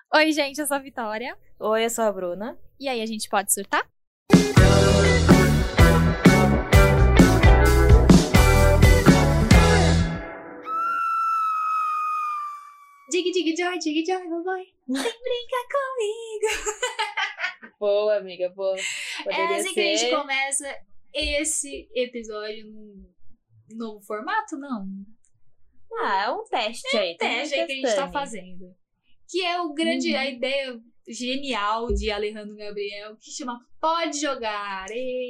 Oi, gente, eu sou a Vitória. Oi, eu sou a Bruna. E aí, a gente pode surtar? Dig, joy, vai. Vem brincar comigo. Boa, amiga, boa. É assim que a gente começa esse episódio num novo formato, não? É um teste aí. Teste aí que a gente tá fazendo. Que é o grande, a ideia genial de Alejandro Gabriel, que chama Pode Jogar.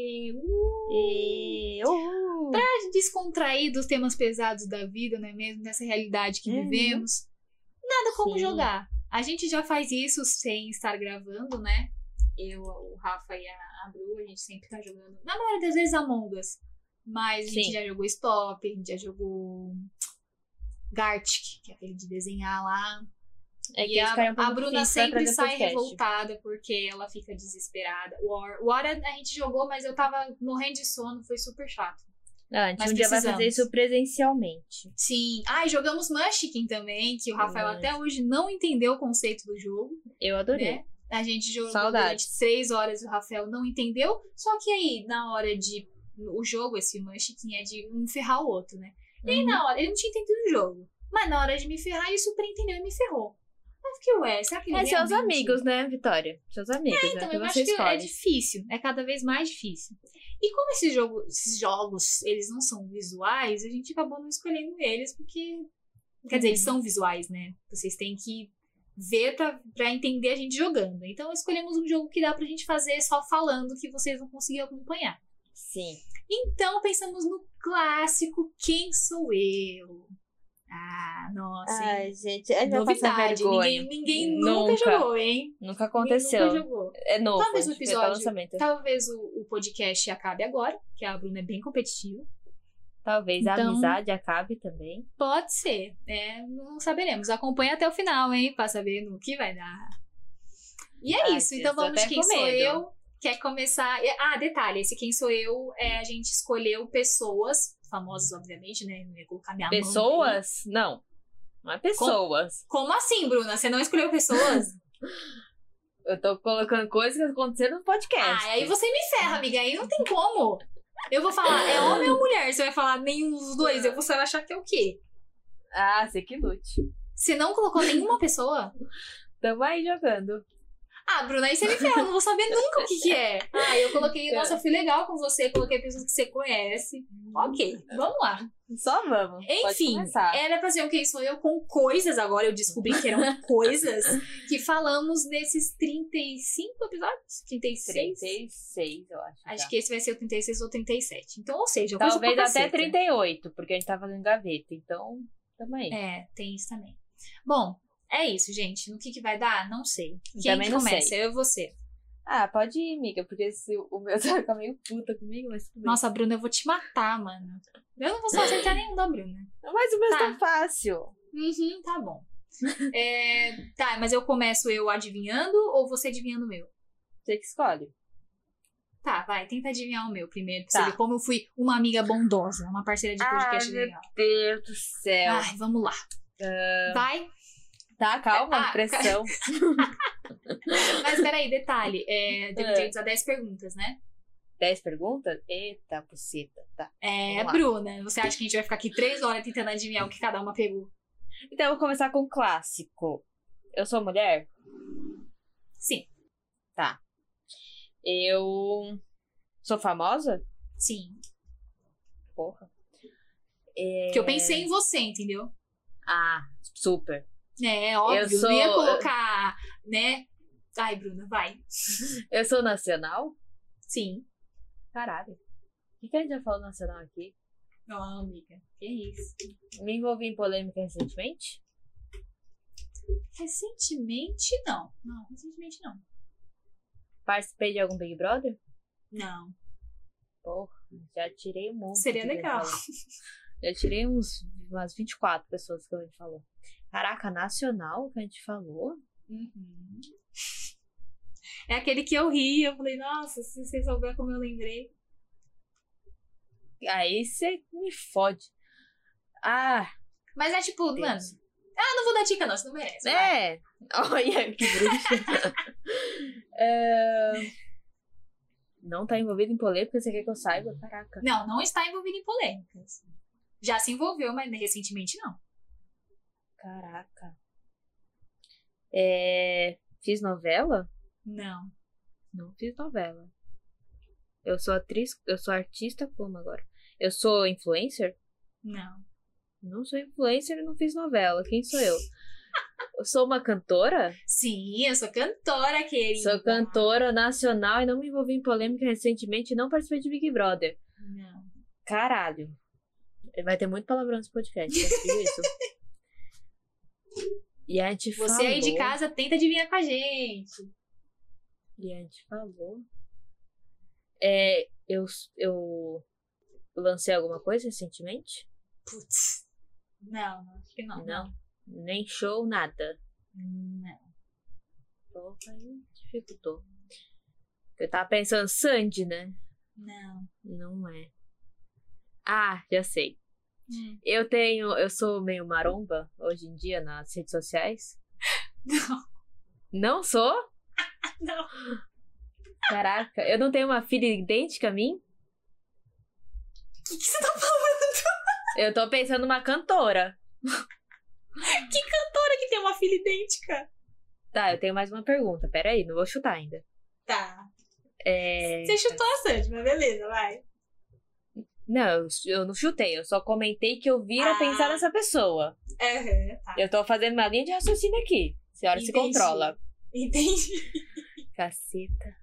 Pra descontrair dos temas pesados da vida, não é mesmo? Nessa realidade que vivemos. Nada como jogar. A gente já faz isso sem estar gravando, né? Eu, o Rafa e a Bru, a gente sempre tá jogando. Na maioria das vezes Among Us. Mas a gente já jogou Stop, a gente já jogou Gartic, que é aquele de desenhar lá. E a Bruna sempre sai revoltada porque ela fica desesperada. War a gente jogou, mas eu tava morrendo de sono, foi super chato. A gente um dia vai fazer isso presencialmente. Sim. E jogamos Munchkin também, que o Rafael até hoje não entendeu o conceito do jogo. Eu adorei. Né? A gente jogou durante 6 horas e o Rafael não entendeu. Só que aí, na hora de... O jogo, esse Munchkin, é de um ferrar o outro, né? E aí, na hora... Ele não tinha entendido o jogo. Mas na hora de me ferrar, ele super entendeu e me ferrou. Eu fiquei, será que ele seus amigos, né, Vitória? Seus amigos, então, eu acho que é difícil. É cada vez mais difícil. E como esses jogos, eles não são visuais, a gente acabou não escolhendo eles, porque... Quer dizer, eles são visuais, né? Vocês têm que ver pra entender a gente jogando. Então, escolhemos um jogo que dá pra gente fazer só falando, que vocês vão conseguir acompanhar. Sim. Então, pensamos no clássico Quem Sou Eu? Nossa, ai, gente, é novidade. Ninguém nunca jogou, hein? Nunca aconteceu. Nunca jogou. É novo. Talvez o episódio, talvez o podcast acabe agora, que a Bruna é bem competitiva. Talvez a amizade acabe também. Pode ser, não saberemos. Acompanha até o final, hein? Pra saber no que vai dar. E é isso, então vamos de Quem Sou Eu. Quer começar... detalhe, esse Quem Sou Eu, a gente escolheu pessoas... famosas, obviamente, né? Não ia colocar minha pessoas? Não é pessoas. Como assim, Bruna? Você não escolheu pessoas? Eu tô colocando coisas que aconteceram no podcast. Aí você me ferra, amiga. Aí não tem como. Eu vou falar, é homem ou mulher? Você vai falar nenhum dos dois. Você vai achar que é o quê? Você que lute. Você não colocou nenhuma pessoa? Tamo aí jogando. Bruna, aí você me ferra, eu não vou saber nunca o que é. Eu coloquei, nossa, eu fui legal com você, coloquei pessoas que você conhece. Ok, vamos lá. Só vamos. Enfim, era pra ser o Quem Sou Eu com coisas, agora eu descobri que eram coisas que falamos nesses 35 episódios? 36? 36, eu acho. Acho que esse vai ser o 36 ou 37. Então, ou seja, talvez até 38, porque a gente tá fazendo gaveta, então, também. Tem isso também. Bom, é isso, gente. No que vai dar? Não sei. Quem também não começa? sei. Eu ou você? Pode ir, amiga, porque se o meu vai ficar meio puta comigo, mas tudo bem. Nossa, Bruna, eu vou te matar, mano. Eu não vou só acertar nenhum da Bruna. Mas o meu tá fácil. Tá bom. Mas eu começo eu adivinhando ou você adivinhando o meu? Você que escolhe. Vai, tenta adivinhar o meu primeiro, pra você ver como eu fui uma amiga bondosa, uma parceira de podcast legal. Meu Deus do céu. Vamos lá. Vai. Tá, calma, pressão. Mas peraí, detalhe. Teve direito a 10 perguntas, né? 10 perguntas? Eita, buceta. Tá. Bruna, você acha que a gente vai ficar aqui 3 horas tentando adivinhar o que cada uma pegou? Então eu vou começar com um clássico. Eu sou mulher? Sim. Tá. Eu sou famosa? Sim. Porra. Porque eu pensei em você, entendeu? Super. Óbvio. Não ia colocar, né? Ai, Bruna, vai. Eu sou nacional? Sim. Caralho. O que a gente já falou nacional aqui? Não, amiga. Que isso? Me envolvi em polêmica recentemente? Recentemente, não. Não, recentemente não. Participei de algum Big Brother? Não. Porra, já tirei um monte. Seria legal. Já tirei umas 24 pessoas que a gente falou. Caraca, nacional que a gente falou? É aquele que eu ri. Eu falei, nossa, se você souber como eu lembrei. Aí você me fode. Mas é tipo, Deus. Mano. Não vou dar dica, não, você não merece. Olha, que bruxa. Não tá envolvido em polêmica, você quer que eu saiba? Caraca. Não está envolvido em polêmicas. Já se envolveu, mas recentemente não. Caraca. Fiz novela? Não. Não fiz novela. Eu sou atriz, eu sou artista como agora? Eu sou influencer? Não. Não sou influencer e não fiz novela. Quem sou eu? Eu sou uma cantora? Sim, eu sou cantora, querida. Sou cantora nacional e não me envolvi em polêmica recentemente e não participei de Big Brother. Não. Caralho. Vai ter muito palavrão nesse podcast, eu digo isso. E a gente falou... Você aí de casa tenta adivinhar com a gente. E a gente falou... Eu lancei alguma coisa recentemente? Putz. Não, acho que não. Não. Nem show, nada. Não. Porra, aí dificultou. Eu tava pensando Sandy, né? Não. Não é. Ah, já sei. Eu sou meio maromba hoje em dia nas redes sociais. Não. Não sou? Não. Caraca, eu não tenho uma filha idêntica a mim? O que você tá falando? Eu tô pensando numa cantora. Que cantora que tem uma filha idêntica? Tá, eu tenho mais uma pergunta. Pera aí, não vou chutar ainda. Tá. Você chutou a Sandy, mas beleza, vai. Não, eu não chutei. Eu só comentei que eu vira pensar nessa pessoa. Tá. Eu tô fazendo uma linha de raciocínio aqui. A senhora se controla. Entendi. Caceta.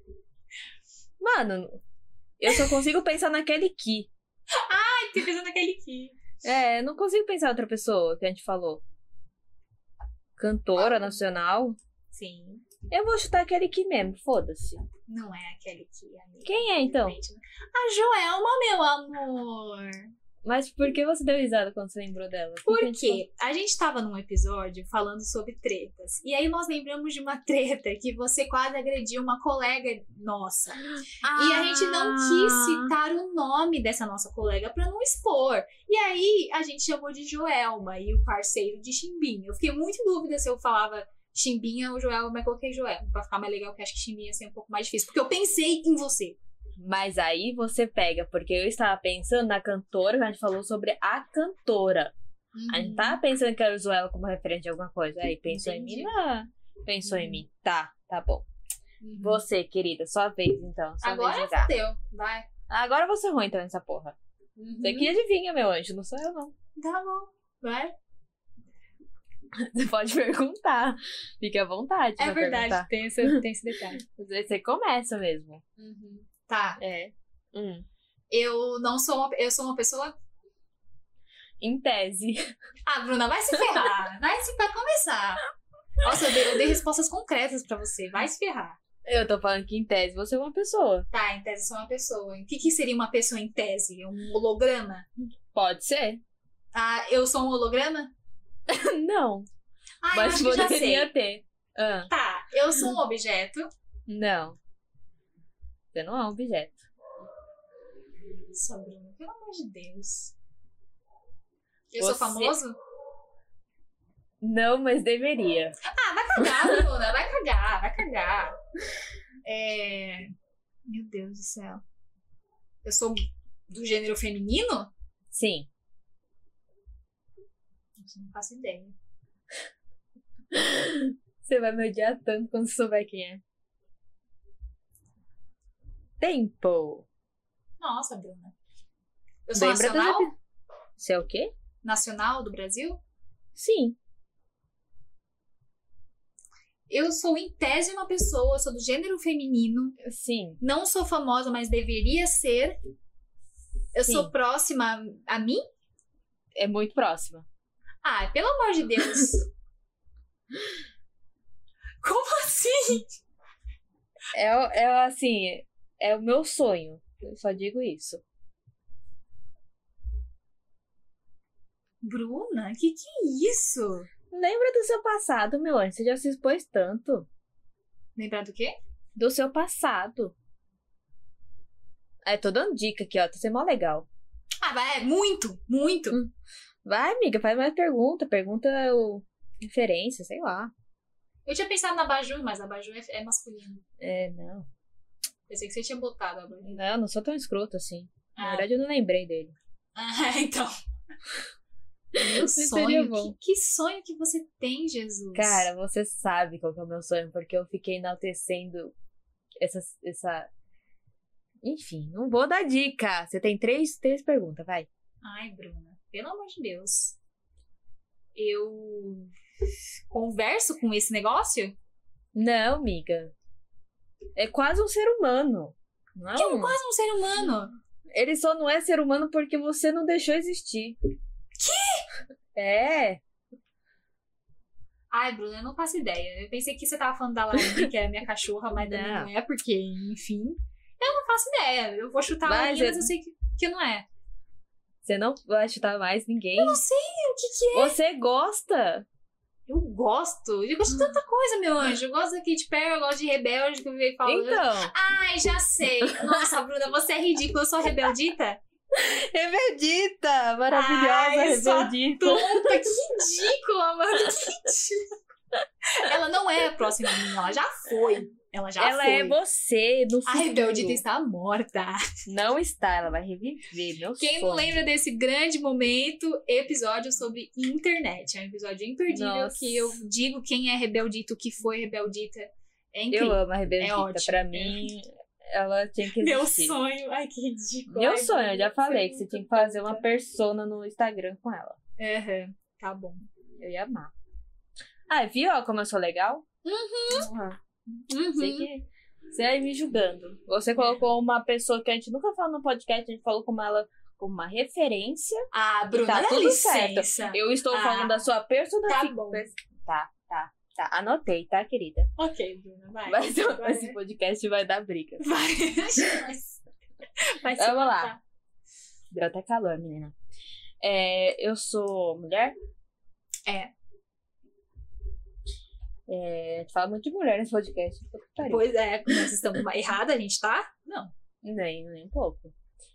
Mano, eu só consigo pensar naquele que. Ai, tô pensando naquele que. Eu não consigo pensar em outra pessoa que a gente falou. Cantora nacional. Sim. Eu vou chutar aquele que mesmo, foda-se. Não é aquele que, amiga. Quem é, então? A Joelma, meu amor. Mas por que você deu risada quando você lembrou dela? Porque a gente tava num episódio falando sobre tretas. E aí nós lembramos de uma treta que você quase agrediu uma colega nossa. E a gente não quis citar o nome dessa nossa colega pra não expor. E aí a gente chamou de Joelma e o parceiro de Chimbinha. Eu fiquei muito em dúvida se eu falava Chimbinha ou Joelma, mas coloquei Joelma. Pra ficar mais legal, porque acho que Chimbinha ia ser um pouco mais difícil. Porque eu pensei em você. Mas aí você pega, porque eu estava pensando na cantora, que a gente falou sobre a cantora. A gente tava pensando que era o Joelma como referente de alguma coisa. Aí pensou em mim? Não. Pensou em mim. Tá bom. Você, querida, sua vez então. Agora fodeu, vai. Agora você ruim então nessa porra. Você que adivinha, meu anjo, não sou eu não. Tá bom, vai. Você pode perguntar. Fique à vontade. É verdade, tem esse detalhe. Você começa mesmo. Tá. Eu sou uma pessoa? Em tese. Bruna, vai se ferrar. Vai começar. Nossa, eu dei respostas concretas pra você. Vai se ferrar. Eu tô falando que em tese você é uma pessoa. Tá, em tese eu sou uma pessoa. O que seria uma pessoa em tese? Um holograma? Pode ser. Eu sou um holograma? Não. Mas eu acho que já poderia sei. ter. Tá, eu sou um objeto? Não. Você não é um objeto. Sabrina, pelo amor de Deus. Eu sou famoso? Não, mas deveria. Vai cagar, Bruna. Vai cagar. Meu Deus do céu. Eu sou do gênero feminino? Sim. Não faço ideia. Você vai me odiar tanto quando você souber quem é. Tempo. Nossa, Bruna. Eu sou nacional? Você é o quê? Nacional do Brasil? Sim. Eu sou, em tese, uma pessoa, sou do gênero feminino. Sim. Não sou famosa, mas deveria ser. Eu sou próxima a mim? É muito próxima. Pelo amor de Deus. Como assim? Assim, é o meu sonho. Eu só digo isso. Bruna, que é isso? Lembra do seu passado, meu anjo. Você já se expôs tanto. Lembrar do quê? Do seu passado. Tô dando dica aqui, ó. Tá sendo mó legal. Vai. Muito. Vai, amiga. Faz mais pergunta. Pergunta referência, sei lá. Eu tinha pensado na Baju, mas a Baju é masculino. Não. Pensei que você tinha botado a Baju. Não, não sou tão escroto assim. Na verdade, eu não lembrei dele. Então. Meu sonho. Que sonho que você tem, Jesus? Cara, você sabe qual que é o meu sonho, porque eu fiquei enaltecendo essa... Enfim, não vou dar dica. Você tem três perguntas, vai. Ai, Bruna, pelo amor de Deus. Eu converso com esse negócio? Não, amiga. É quase um ser humano. Não. Que é quase um ser humano? Ele só não é ser humano porque você não deixou existir. Que? É. Ai, Bruna, eu não faço ideia. Eu pensei que você tava falando da Laíne, que é a minha cachorra, mas não é, porque, enfim. Eu não faço ideia. Eu vou chutar a Laíne, mas eu sei que não é. Você não vai chutar mais ninguém? Eu não sei o que é. Você gosta? Eu gosto de tanta coisa, meu anjo. Eu gosto da Katy Perry, eu gosto de Rebelde, que eu vi falando. Então. Ai, já sei. Nossa, Bruna, você é ridícula. Eu sou rebeldita? Rebeldita! Maravilhosa, ai, rebeldita. Tonta, que ridícula, mano. Que ridícula. Ela não é a próxima menina, ela já foi. Ela foi. É você, no futuro. A rebeldita está morta. Não está, ela vai reviver, meu Quem sonho. não lembra desse grande momento, episódio sobre internet. É um episódio imperdível. Nossa. Que eu digo quem é rebeldita, o que foi rebeldita. É incrível. Eu amo a rebeldita. É ótimo. Pra mim, ela tinha que existir. Meu sonho. Ai, que ridículo. Meu sonho, eu já falei que você tinha que fazer uma persona no Instagram com ela. Tá bom. Eu ia amar. Ah, viu como eu sou legal? Sei que você aí me julgando. Você colocou uma pessoa que a gente nunca falou no podcast, a gente falou como ela como uma referência. Ah, Bruna, tá tudo licença. certo. Eu estou falando da sua personalidade. Tá bom. Tá. Anotei, tá, querida? Ok, Bruna, vai. Mas esse podcast vai dar briga. Vai Vamos lá. Deu até calor, menina. Eu sou mulher? A gente fala muito de mulher nesse podcast. Pois é, nós estamos errada, a gente tá? Não. Nem um pouco.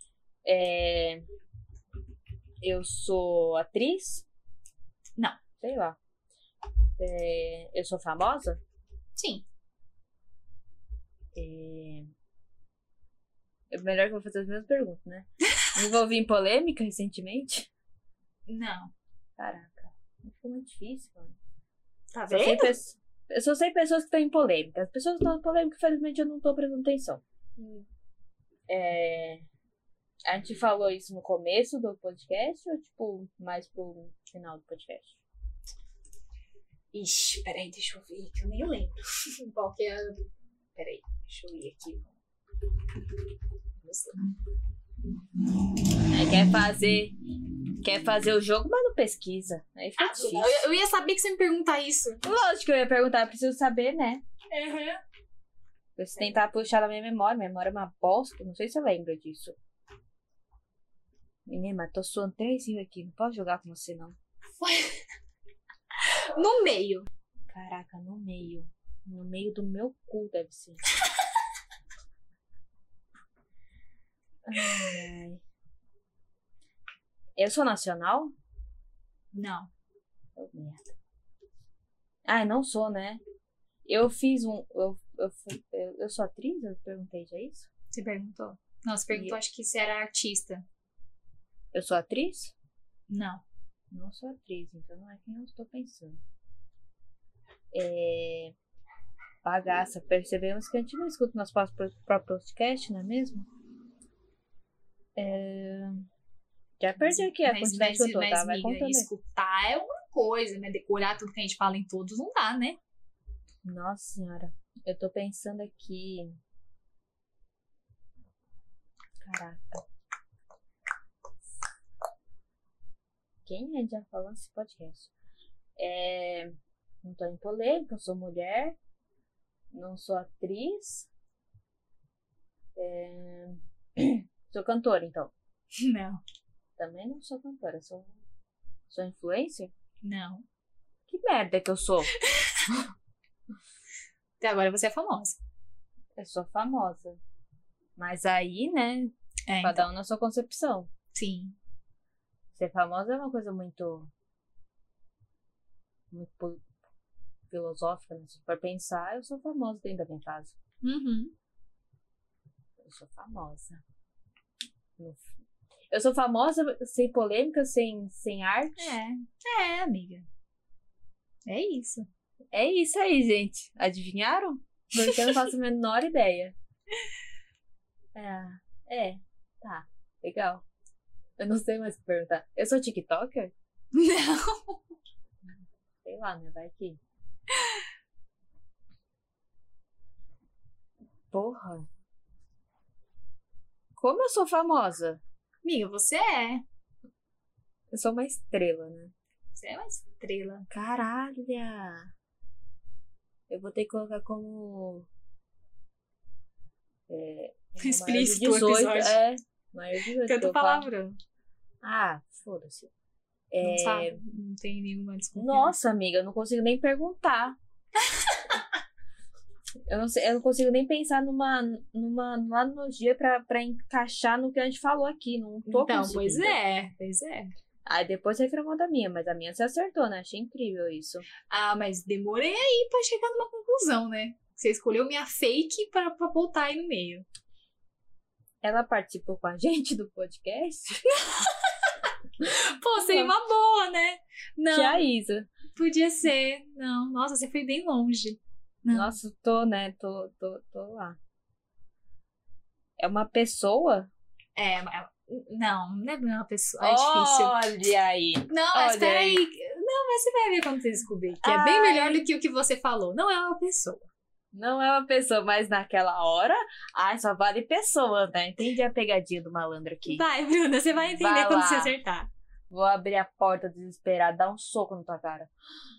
Eu sou atriz? Não. Sei lá. Eu sou famosa? Sim. É melhor que eu vou fazer as mesmas perguntas, né? Me envolvi em polêmica recentemente? Não. Caraca, ficou muito difícil, mano. Tá vendo? Eu só sei pessoas que estão em polêmica. As pessoas que estão em polêmica, infelizmente, eu não tô prestando atenção. A gente falou isso no começo do podcast ou, tipo, mais pro final do podcast? Ixi, peraí, deixa eu ver, que eu nem lembro. Qual que é a... Peraí, deixa eu ir aqui. Quer fazer o jogo, mas não pesquisa. Aí fica difícil. Eu ia saber que você me perguntar isso. Lógico que eu ia perguntar, eu preciso saber, né? Uhum. Se tentar puxar na minha memória é uma bosta, não sei se você lembra disso. Menina, mas tô suando 3 rios aqui, não posso jogar com você, não. No meio. Caraca, no meio. No meio do meu cu, deve ser. Ai. Eu sou nacional? Não. Oh, merda. Ah, não sou, né? Eu fiz um... Eu sou atriz? Eu perguntei já isso? Você perguntou? Não, você perguntou, acho que você era artista. Eu sou atriz? Não. Não sou atriz, então não é quem eu estou pensando. Bagaça, percebemos que a gente não escuta nosso próprio podcast, não é mesmo? Já perdi aqui a quantidade que eu tô, tá? Vai contando. Escutar é uma coisa, né? Decorar tudo que a gente fala em todos não dá, né? Nossa senhora, eu tô pensando aqui. Caraca. Quem a gente já falou nesse podcast? Não tô em polêmica, eu sou mulher. Não sou atriz. Sou cantora, então. Não. Também não sou cantora, sou influencer? Não. Que merda que eu sou? Até agora você é famosa. Eu sou famosa. Mas aí, né? Cada um na sua concepção. Sim. Ser famosa é uma coisa muito filosófica, né? Se for pensar, eu sou famosa dentro da minha casa. Uhum. Eu sou famosa. Eu sou famosa sem polêmica, sem arte. Amiga. É isso. É isso aí, gente. Adivinharam? Porque eu não faço a menor ideia. Tá. Legal. Eu não sei mais o que perguntar. Eu sou TikToker? Não. Sei lá, né? Vai que... Porra. Como eu sou famosa? Amiga, você é. Eu sou uma estrela, né? Você é uma estrela. Caralho. Eu vou ter que colocar como... Explícito o 18, episódio. maior de 18. Tanto palavrão. Foda-se. Não sabe? Não tem nenhuma desculpa. Nossa, amiga, eu não consigo nem perguntar. Eu não consigo nem pensar numa analogia pra encaixar no que a gente falou aqui. Não tô então, conseguindo. Pois é. Aí depois você reclamou da minha, mas a minha você acertou, né? Achei incrível isso. Mas demorei aí pra chegar numa conclusão, né? Você escolheu minha fake pra botar aí no meio. Ela participou com a gente do podcast? Pô, seria uma boa, né? Não. Que a Isa. Podia ser. Não, nossa, você foi bem longe. Não. Nossa, tô, né? Tô lá. É uma pessoa? Não é uma pessoa. É difícil. Olha aí. Não, mas peraí. Não, mas você vai ver quando você descobrir. Que é bem melhor do que o que você falou. Não é uma pessoa. Não é uma pessoa, mas naquela hora, só vale pessoa, né? Entendi a pegadinha do malandro aqui. Vai, Bruna, você vai entender quando você acertar. Vou abrir a porta desesperada, dar um soco na tua cara.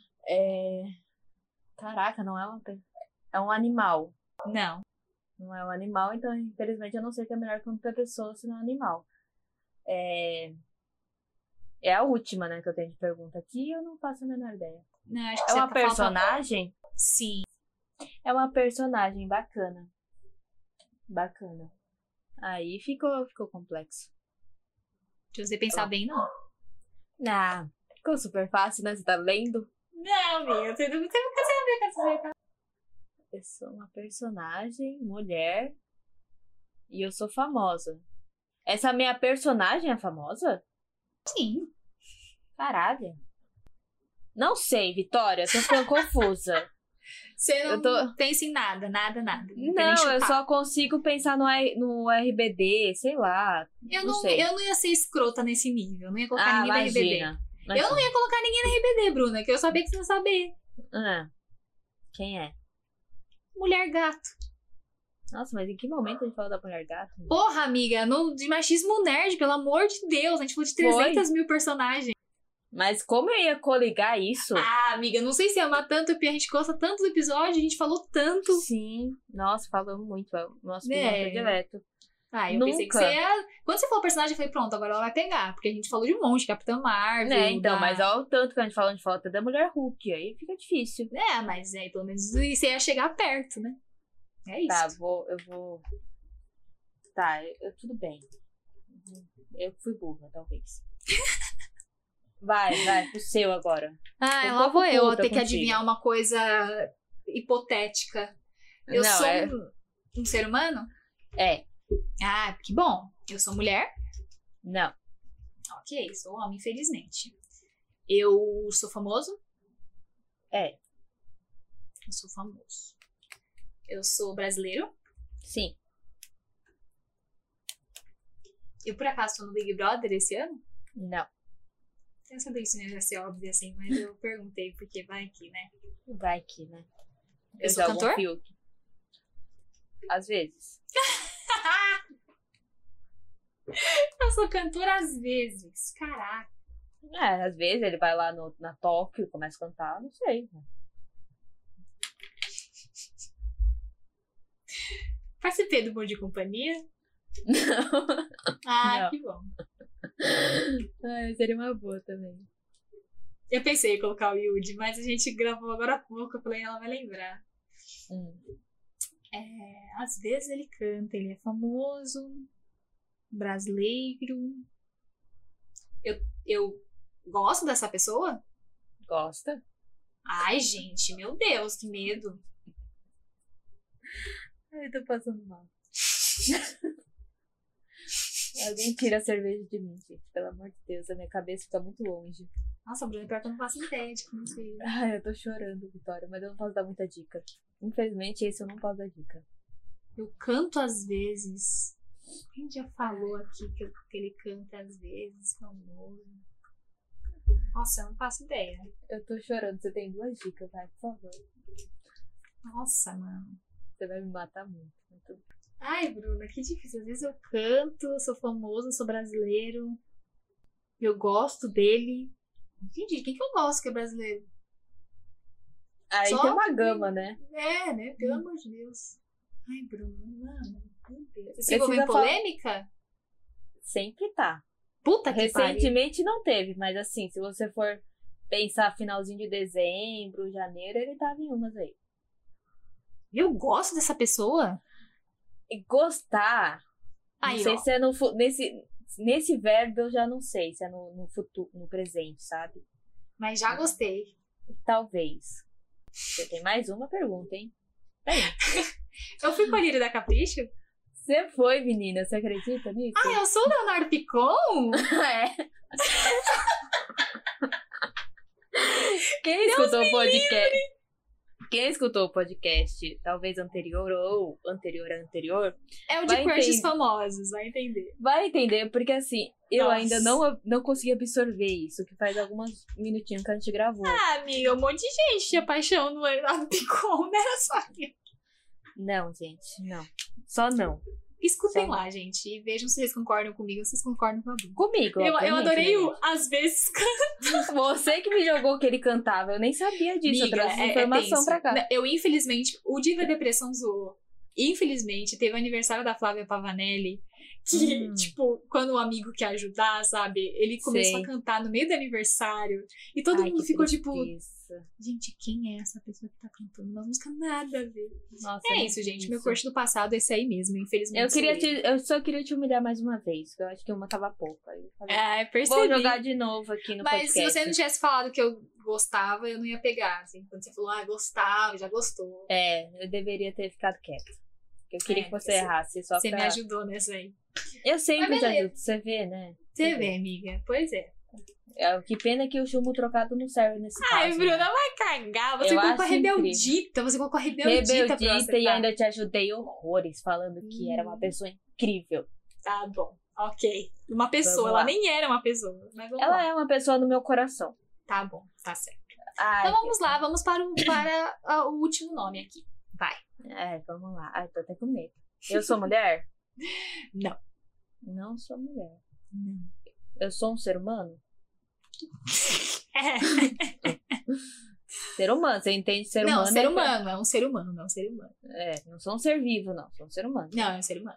Caraca, não é uma pessoa. É um animal. Não. Não é um animal, então infelizmente eu não sei o que é melhor que uma pessoa se não é um animal. É a última, né, que eu tenho de pergunta aqui, eu não faço a menor ideia. Não, acho que é uma personagem? Sim. É uma personagem bacana. Bacana. Aí ficou complexo. Se você pensar bem, não. Ficou super fácil, né? Você tá lendo? Não, amiga, você nunca sabe o que você. Eu sou uma personagem, mulher, e eu sou famosa. Essa minha personagem é famosa? Sim. Caralho. Não sei, Vitória, tô ficando confusa. Você não pensa em nada. Não, eu só consigo pensar no RBD, sei lá. Eu não ia ser escrota nesse nível. Eu não ia colocar ninguém no RBD. Imagina. Eu não ia colocar ninguém no RBD, Bruna, que eu sabia que você não sabia. Quem é? Mulher gato. Nossa, mas em que momento a gente falou da mulher gato? Porra, amiga, de machismo nerd, pelo amor de Deus. A gente falou de 300 mil personagens. Mas como eu ia coligar isso? Amiga, não sei se ama tanto, porque a gente gosta tanto do episódio, a gente falou tanto. Sim, nossa, falamos muito. É o nosso opinião predileto. Eu pensei que você ia... Quando você falou personagem, eu falei, pronto, agora ela vai pegar. Porque a gente falou de um monte, Capitã Marvel. Então, mas olha o tanto que a gente falou até da Mulher Hulk, aí fica difícil. Mas pelo menos você ia chegar perto, né? É isso. Tá, eu vou... Tá, tudo bem. Eu fui burra, talvez. Vai, pro seu agora. Lá vou eu ter que adivinhar uma coisa hipotética. Eu sou um ser humano? Que bom. Eu sou mulher? Não. Ok, sou homem, infelizmente. Eu sou famoso? Eu sou famoso. Eu sou brasileiro? Sim. Eu, por acaso, tô no Big Brother esse ano? Não. Eu sabia que isso não ia ser óbvio assim, mas eu perguntei porque vai aqui, né? Vai aqui, né? Eu sou cantor? Às vezes. Eu sou cantor às vezes. Caraca. Às vezes ele vai lá na Tóquio e começa a cantar, não sei. Participei do Bom de Companhia? Não. Não. Que bom. Seria uma boa também. Eu pensei em colocar o Yudi, mas a gente gravou agora há pouco. Eu falei, ela vai lembrar. Às vezes ele canta, ele é famoso, brasileiro. Eu gosto dessa pessoa? Gosta? Ai, gente, meu Deus, que medo. Ai, eu tô passando mal. Alguém tira a cerveja de mim, gente. Pelo amor de Deus, a minha cabeça fica muito longe. Nossa, Bruna, pior que eu não faço ideia de como isso é. Ai, eu tô chorando, Vitória, mas eu não posso dar muita dica. Infelizmente, esse eu não posso dar dica. Eu canto às vezes. Quem já falou aqui que ele canta às vezes, famoso? Nossa, eu não faço ideia. Eu tô chorando, você tem 2 dicas, vai, por favor. Nossa, mano. Você vai me matar muito. Ai, Bruna, que difícil. Às vezes eu canto, sou famoso, sou brasileiro. Eu gosto dele. Entendi, quem que eu gosto que é brasileiro? Aí Só tem uma gama, né? É, né? Pelo amor de Deus. Ai, Bruna, mano. Meu Deus. Você se Precisa envolveu em polêmica? Sempre tá. Puta que pariu. Recentemente não teve, mas assim, se você for pensar finalzinho de dezembro, janeiro, ele tava em umas aí. Eu gosto dessa pessoa? E gostar, Aí, não sei ó. se é nesse verbo, eu já não sei se é no futuro, no presente, sabe? Mas já gostei. Talvez. Você tem mais uma pergunta, hein? Aí. Eu fui com a Lírio da Capricho? Você foi, menina, você acredita nisso? Ah, eu sou o Leonardo Picon? É. Quem escutou o podcast? Quem escutou o podcast, talvez anterior ou anterior, É o de vai crushes entender. famosos, vai entender. Vai entender, porque assim, eu Nossa. ainda não consegui absorver isso, que faz alguns minutinhos que a gente gravou. Ah, amiga, um monte de gente tinha paixão no Leonardo Picon, não era só eu. Não, gente, não. Só não. Escutem Só lá, gente, e vejam se vocês concordam comigo ou se vocês concordam com a Bruna. Comigo, Eu obviamente, adorei né, o às vezes. gente? Você que me jogou que ele cantava, eu nem sabia disso, eu Amiga, trouxe informação tenso. pra cá. Eu, infelizmente, o Diva Depressão zoou. Infelizmente, teve o aniversário da Flávia Pavanelli, que, tipo, quando um amigo quer ajudar, sabe? Ele começou Sei. a cantar no meio do aniversário. E todo Ai, mundo que ficou tipo, tristeza. gente, quem é essa pessoa que tá cantando uma música nada a ver? Nossa, É isso, gente. Meu crush do passado é esse aí mesmo, infelizmente. Eu só queria te humilhar mais uma vez, que eu acho que uma tava pouco. Aí eu falei, percebi. vou jogar de novo aqui no Mas podcast. se você não tivesse falado que eu gostava, eu não ia pegar. Assim. Quando você falou, gostava, já gostou. É, eu deveria ter ficado quieta. Eu queria que você errasse só Você pra... me ajudou nessa aí. Eu sempre Mas te beleza. ajudo, você vê, né? Você vê, amiga. Pois é. Que pena que o chumbo trocado não serve nesse caso. Ai, Bruna, né? vai cagar. Você Eu colocou a acho rebeldita. Você colocou a rebeldita pra eu Rebeldita, acertar. e ainda te ajudei horrores, falando que era uma pessoa incrível. Tá bom. Ok. Uma pessoa. Vamos Ela lá. nem era uma pessoa. Mas vamos Ela lá. é uma pessoa no meu coração. Tá bom. Tá certo. Ai, Então vamos lá. Vamos para o último nome aqui. Vai. Vamos lá. Ai, tô até com medo. Eu sou mulher? Não. Não sou mulher. Eu sou um ser humano? Ser humano, você entende ser Não, humano? ser humano. É um ser humano. Não é um ser humano. Não sou um ser vivo, não. Sou um ser humano. Não, é um ser humano.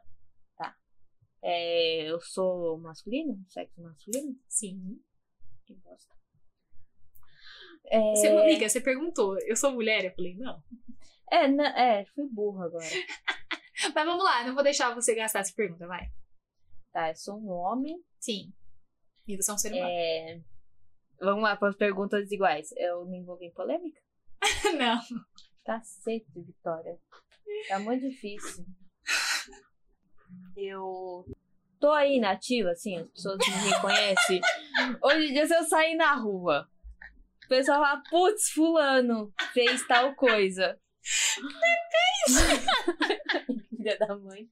Eu sou masculino? Sexo masculino? Sim. Que bosta. Amiga, você perguntou, eu sou mulher? Eu falei, não. Fui burra agora. Mas vamos lá, não vou deixar você gastar essa pergunta, vai. Tá, eu sou um homem. Sim. E você é um ser humano. Vamos lá para as perguntas iguais. Eu me envolvi em polêmica? Não. Cacete, Vitória. Tá muito difícil. Eu tô aí nativa, assim, as pessoas me reconhecem. Hoje em dia, se eu sair na rua, o pessoal fala, putz, fulano fez tal coisa. Filha da mãe.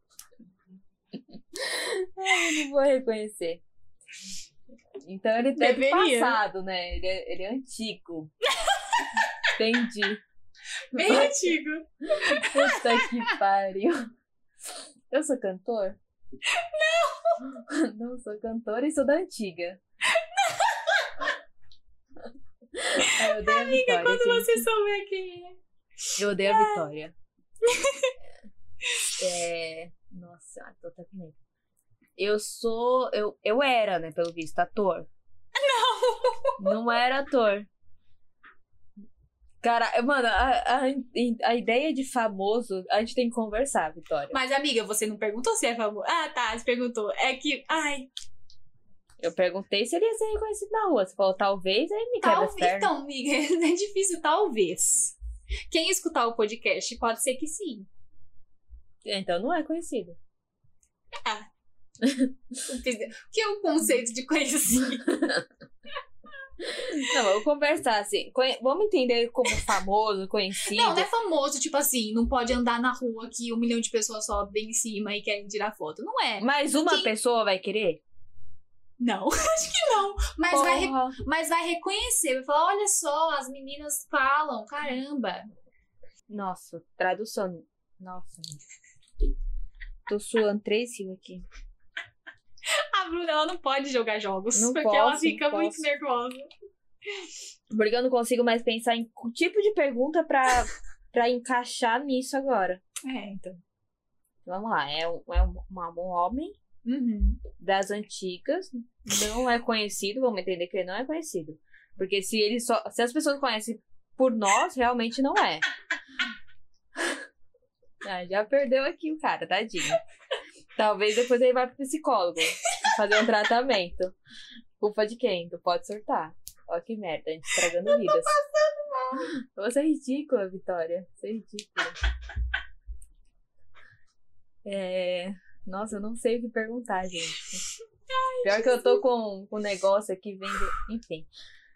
Eu não vou reconhecer. Então ele é do passado, né? Ele é antigo. Entendi. Bem antigo. Puta que pariu. Eu sou cantor? Não! Não sou cantor e sou da antiga. Eu odeio a Vitória, quando gente. você souber quem é. Eu odeio a Vitória. Nossa, tô até com medo. Eu era, né, pelo visto, ator. Não era ator. Cara, mano, a ideia de famoso, a gente tem que conversar, Vitória. Mas, amiga, você não perguntou se é famoso. Ah, tá, você perguntou. É que, Eu perguntei se ele ia ser reconhecido na rua. Você falou talvez, aí me quebra as pernas. Então, amiga, é difícil, talvez. Quem escutar o podcast pode ser que sim. Então não é conhecido. O que é o conceito de conhecido? Não, vamos conversar assim. Vamos entender como famoso, conhecido. Não é famoso, tipo assim, não pode andar na rua que 1 milhão de pessoas sobem em cima e querem tirar foto. Não é. Mas uma pessoa vai querer? Não, acho que não. Mas vai reconhecer, vai falar, olha só, as meninas falam, caramba. Nossa, tradução. Nossa, tô suando 3 rios aqui. A Bruna, ela não pode jogar jogos, não porque ela fica muito nervosa. Porque eu não consigo mais pensar em que tipo de pergunta pra encaixar nisso agora. Então. Vamos lá, é um homem das antigas, não é conhecido, vamos entender que ele não é conhecido. Porque se as pessoas conhecem por nós, realmente não é. Já perdeu aqui o cara, tadinho. Talvez depois ele vá pro psicólogo fazer um tratamento. Culpa de quem? Tu pode surtar. Ó que merda, a gente estragando vidas. Tô passando mal. Você é ridícula, Vitória. Você é ridícula. Nossa, eu não sei o que perguntar, gente. Pior que eu tô com um negócio aqui vendo... Enfim.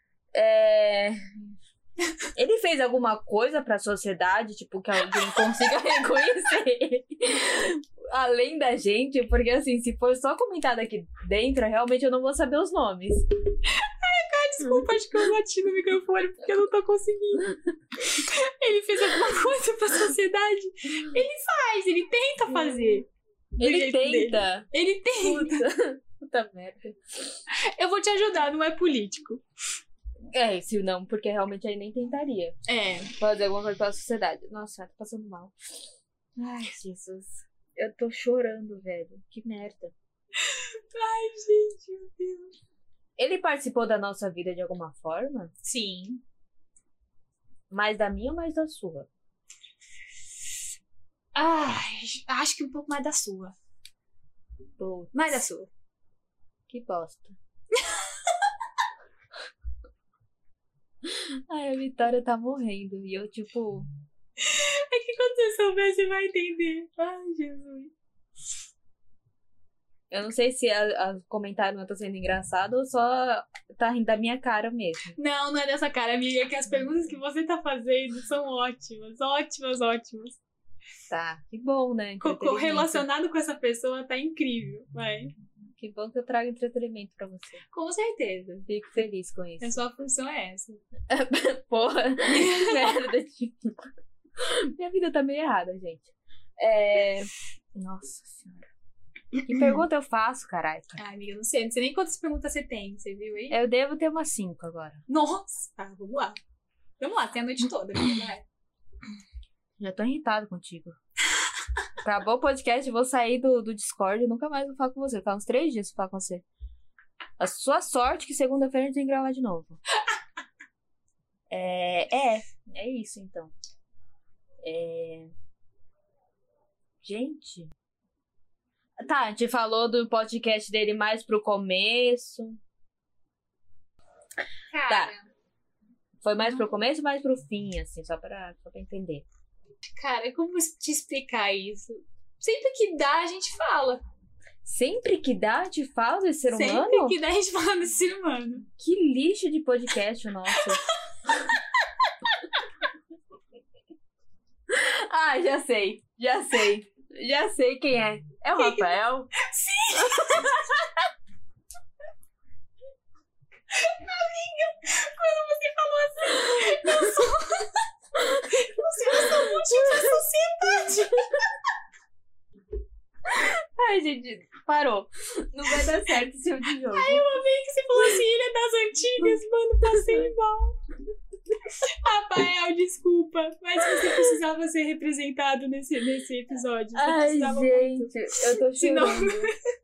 Ele fez alguma coisa pra sociedade, tipo, que alguém consiga reconhecer além da gente? Porque, assim, se for só comentado aqui dentro, realmente eu não vou saber os nomes. Desculpa, acho que eu bati no microfone porque eu não tô conseguindo. Ele fez alguma coisa pra sociedade? Ele tenta fazer. Ele tenta. Ele tenta. Puta merda. Eu vou te ajudar, não é político. Se não, porque realmente aí nem tentaria. Fazer alguma coisa pela sociedade. Nossa, tô passando mal. Ai, Jesus. Eu tô chorando, velho. Que merda. Ai, gente, meu Deus. Ele participou da nossa vida de alguma forma? Sim. Mais da minha ou mais da sua? Acho que um pouco mais da sua. Putz. Mais da sua. Que bosta. Ai, a Vitória tá morrendo. E eu, tipo... É que quando você souber, você vai entender. Ai, Jesus. Eu não sei se o comentário não tá sendo engraçado ou só tá rindo da minha cara mesmo. Não é dessa cara, amiga. É que as perguntas que você tá fazendo são ótimas. Ótimas, ótimas. Tá, que bom, né? Relacionado com essa pessoa tá incrível, vai. Que bom que eu trago entretenimento pra você. Com certeza. Fico feliz com isso. A sua função é essa. Porra, merda, tipo. Minha vida tá meio errada, gente. Nossa senhora. Que pergunta eu faço, caralho? Amiga, não sei nem quantas perguntas você tem, você viu aí? Eu devo ter umas 5 agora. Nossa! Vamos lá. Tem a noite toda, amiga, vai. Já tô irritado contigo. Acabou o podcast, vou sair do Discord e nunca mais vou falar com você. Vou ficar uns 3 dias pra falar com você. A sua sorte que segunda-feira a gente tem que gravar de novo. É isso, então. Gente. Tá, a gente falou do podcast dele mais pro começo. Cara. Tá. Foi mais pro começo ou mais pro fim, assim, só pra entender. Cara, como te explicar isso? Sempre que dá, a gente fala. Sempre que dá, a gente fala desse ser humano? Sempre que dá, a gente fala desse ser humano. Que lixo de podcast o nosso. Já sei. Já sei quem é. É o Rafael? Sim! Amiga, quando você falou assim, eu sou útil pra sociedade. Ai, gente, parou. Não vai dar certo esse tipo de jogo. Ai, eu amei que você falou assim, ele é das antigas, mano, passei mal. Rafael, desculpa, mas você precisava ser representado nesse episódio. Você precisava gente, muito. Eu tô chorando.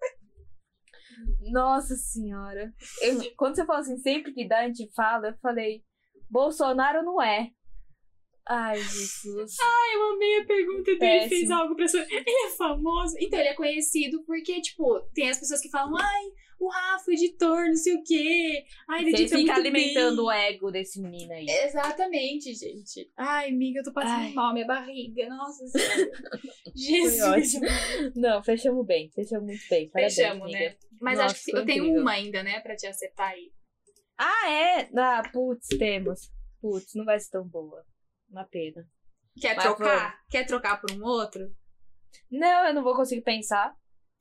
Nossa senhora. Quando você falou assim, sempre que dá, a gente fala, eu falei, Bolsonaro não é. Ai, Jesus. Ai, eu amei a pergunta dele. Ele fez algo pra sua... Ele é famoso? Então, ele é conhecido porque, tipo, tem as pessoas que falam, ai, o Rafa, editor, não sei o quê. Ai, ele Você edita fica muito alimentando bem. o ego desse menino aí. Exatamente, gente. Ai, amiga, eu tô passando mal, minha barriga. Nossa Senhora. Foi Jesus. ótimo. Não, fechamos bem. Fechamos muito bem. Parabéns, Fechamos, amiga. né? Mas Nossa, acho que foi eu tenho incrível. uma ainda, né, pra te acertar aí. Ah, é? Ah, putz, temos. Putz, não vai ser tão boa. Uma pena. Quer Mas trocar? vamos. Quer trocar por um outro? Não, eu não vou conseguir pensar.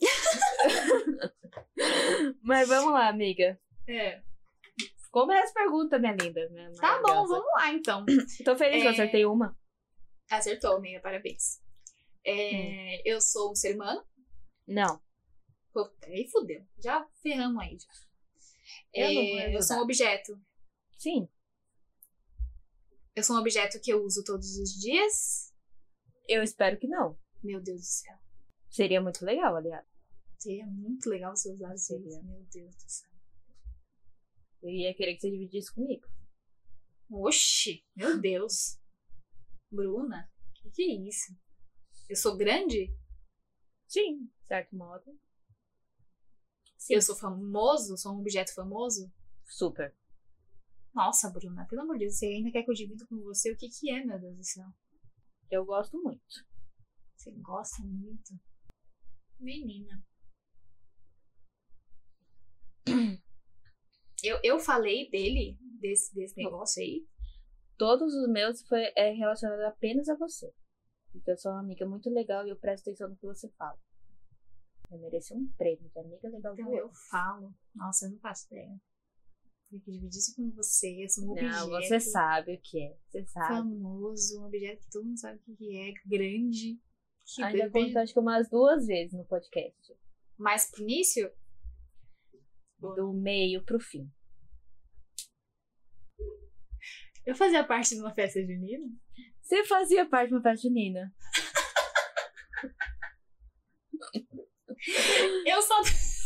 Mas vamos lá, amiga. É. Como é essa pergunta, minha linda? Minha Tá bom, maravilhosa? vamos lá então. Tô feliz que eu acertei uma. Acertou, amiga, parabéns. Eu sou um ser humano. Não. Pô, aí fudeu. Já ferramos aí. Já. Eu não vou Eu sou um ajudar. objeto. Sim. Eu sou um objeto que eu uso todos os dias. Eu espero que não. Meu Deus do céu. Seria muito legal, aliás. Seria muito legal se eu usasse Seria. isso. Meu Deus do céu. Eu ia querer que você dividisse comigo. Oxi, meu Deus. Bruna, que é isso? Eu sou grande? Sim, de certo modo. Sim. Eu sou famoso? Sou um objeto famoso? Super. Nossa, Bruna, pelo amor de Deus, você ainda quer que eu divida com você? O que que é, meu Deus do céu? Eu gosto muito. Você gosta muito? Menina. Eu falei dele, desse negócio aí. Todos os meus é relacionado apenas a você. Porque eu sou uma amiga muito legal e eu presto atenção no que você fala. Eu mereci um prêmio de amiga legal do Então eu falo. Nossa, eu não faço ideia. Tem que dividir isso com você. Eu sou um objeto. Não, você sabe o que é. Você sabe. Famoso, um objeto que todo mundo sabe o que é. Grande. Que Ainda bebê. conto, acho que umas 2 vezes no podcast. Mais pro início? Do meio pro fim. Eu fazia parte de uma festa junina. Você fazia parte de uma festa junina. Eu só.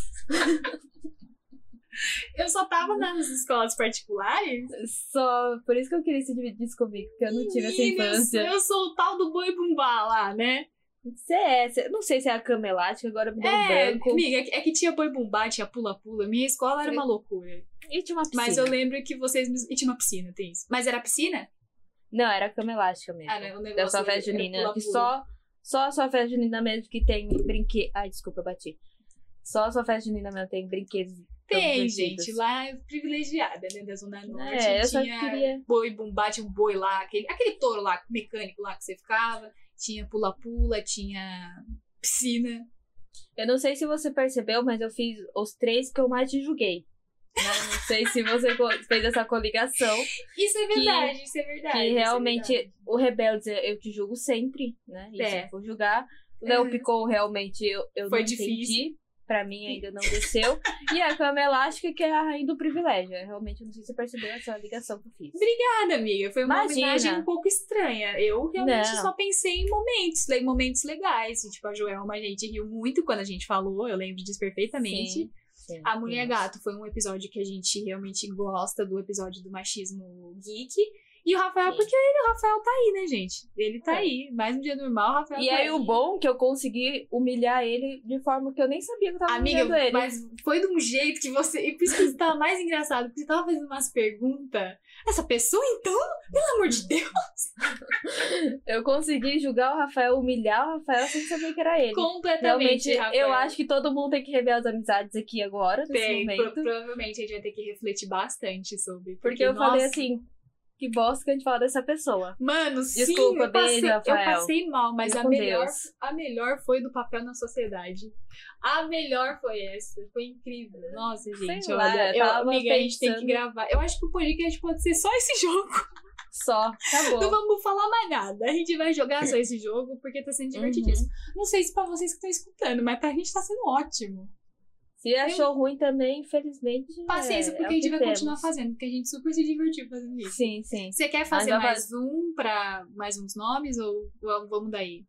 Eu só tava nas escolas particulares. Só por isso que eu queria se dividir isso comigo, porque eu não tive essa Meninas, infância. eu sou o tal do boi bumbá lá, né? Não sei se é a cama elástica, agora me deu um É, branco. amiga, é que tinha boi bumbá, tinha pula-pula. Minha escola era uma loucura. E tinha uma piscina. Mas eu lembro que vocês. E tinha uma piscina, tem isso. Mas era piscina? Não, era a cama elástica mesmo. Ah, não, o negócio Da sua festa era junina. Que pula-pula. só a sua festa junina mesmo que tem brinquedo. Ai, desculpa, eu bati. Só a sua festa junina mesmo tem brinquedos. tão Tem, divertidos. gente. Lá é privilegiada, né? Da Zona Norte. É, eu só tinha queria. boi bumbá, tinha um boi lá, aquele touro lá, mecânico lá que você ficava. Tinha pula-pula, tinha piscina. Eu não sei se você percebeu, mas eu fiz os 3 que eu mais te julguei. Né? Não sei se você fez essa coligação. Isso é verdade, isso é verdade. Que isso é realmente verdade. o Rebeldes eu te julgo sempre, né? Isso É. eu vou julgar. Léo Picou realmente eu Foi não difícil. entendi. Pra mim ainda não desceu. E a cama elástica, que é a rainha do privilégio. Eu realmente não sei se você percebeu essa ligação que eu fiz. Obrigada, amiga. Foi uma Imagina. homenagem um pouco estranha. Eu realmente Não. só pensei em momentos legais. E, tipo, a Joelma, a gente riu muito quando a gente falou. Eu lembro disso perfeitamente. Sim, A Mulher sim. Gato foi um episódio que a gente realmente gosta do episódio do machismo geek. E o Rafael, Sim. porque o Rafael tá aí, né, gente? Ele tá É. aí. Mais um dia normal, o Rafael E tá aí o bom é que eu consegui humilhar ele de forma que eu nem sabia que eu tava Amiga, humilhando ele. mas foi de um jeito que você. E por isso que isso tava mais engraçado, porque você tava fazendo umas perguntas. Essa pessoa, então? Pelo amor de Deus! Eu consegui julgar o Rafael, humilhar o Rafael sem saber que era ele. Completamente, Realmente, Rafael. eu acho que todo mundo tem que rever as amizades aqui agora, nesse Tem, momento. provavelmente a gente vai ter que refletir bastante sobre. Porque eu falei nossa, assim, que bosta que a gente fala dessa pessoa. Mano, Desculpa, sim, eu passei, beijo, Rafael. eu passei mal, mas Fica a com melhor, Deus. a melhor foi do Papel na Sociedade. A melhor foi essa. Foi incrível. Nossa, gente, Sei lá, olha, eu tava amiga, a gente tem que pensando- gravar. Eu acho que o podcast pode ser só esse jogo. Só, acabou. Não vamos falar mais nada. A gente vai jogar só esse jogo porque tá sendo divertidíssimo. Não sei se pra vocês que estão escutando, mas pra gente tá sendo ótimo. Se achou ruim também, infelizmente. Paciência, porque é a o gente que vai temos. continuar fazendo, porque a gente super se divertiu fazendo isso. Sim, sim. Você quer fazer Mas mais um pra mais uns nomes ou vamos daí?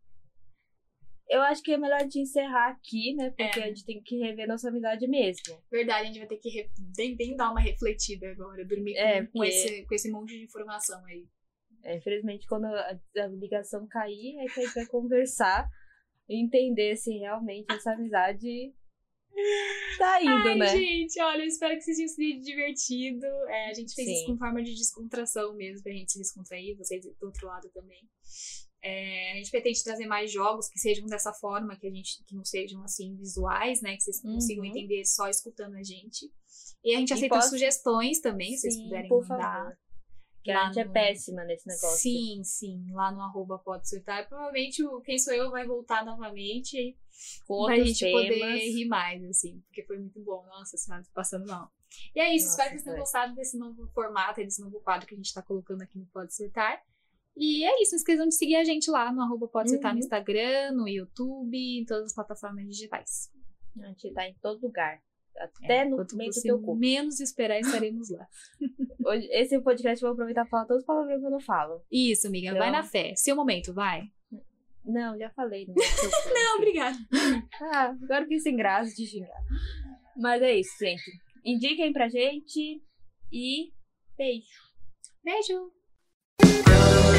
Eu acho que é melhor de encerrar aqui, né? Porque É. a gente tem que rever nossa amizade mesmo. Verdade, a gente vai ter que bem dar uma refletida agora, dormir com porque- esse monte de informação aí. Infelizmente, quando a ligação cair, é que a gente vai conversar e entender se realmente essa amizade Tá indo, né? Gente, olha, eu espero que vocês tenham se divertido. A gente fez isso com forma de descontração mesmo, pra gente se descontrair, vocês do outro lado também. A gente pretende trazer mais jogos que sejam dessa forma, que não sejam assim visuais, né? Que vocês consigam entender só escutando a gente. E a gente aceita sugestões também, se vocês puderem mandar. Favor. Que a gente é péssima nesse negócio. Sim, lá no @podesurtar. Provavelmente Quem Sou Eu vai voltar novamente com pra gente temas. poder rir mais, assim, porque foi muito bom. Nossa senhora, tô passando mal. E é isso, espero que vocês tenham gostado desse novo formato, desse novo quadro que a gente tá colocando aqui no Pode Surtar. E é isso, não esqueçam de seguir a gente lá no @Pode Surtar no Instagram, no YouTube, em todas as plataformas digitais. A gente tá em todo lugar. Até no meio do teu corpo. Menos esperar, estaremos lá. Hoje, esse podcast eu vou aproveitar e falar todas as palavras que eu não falo. Isso, amiga, então... vai na fé. Seu momento, vai. Não, já falei. Não, obrigada. Agora fiquei sem graça de xingar. Mas é isso, gente. Indiquem pra gente e beijo. Beijo.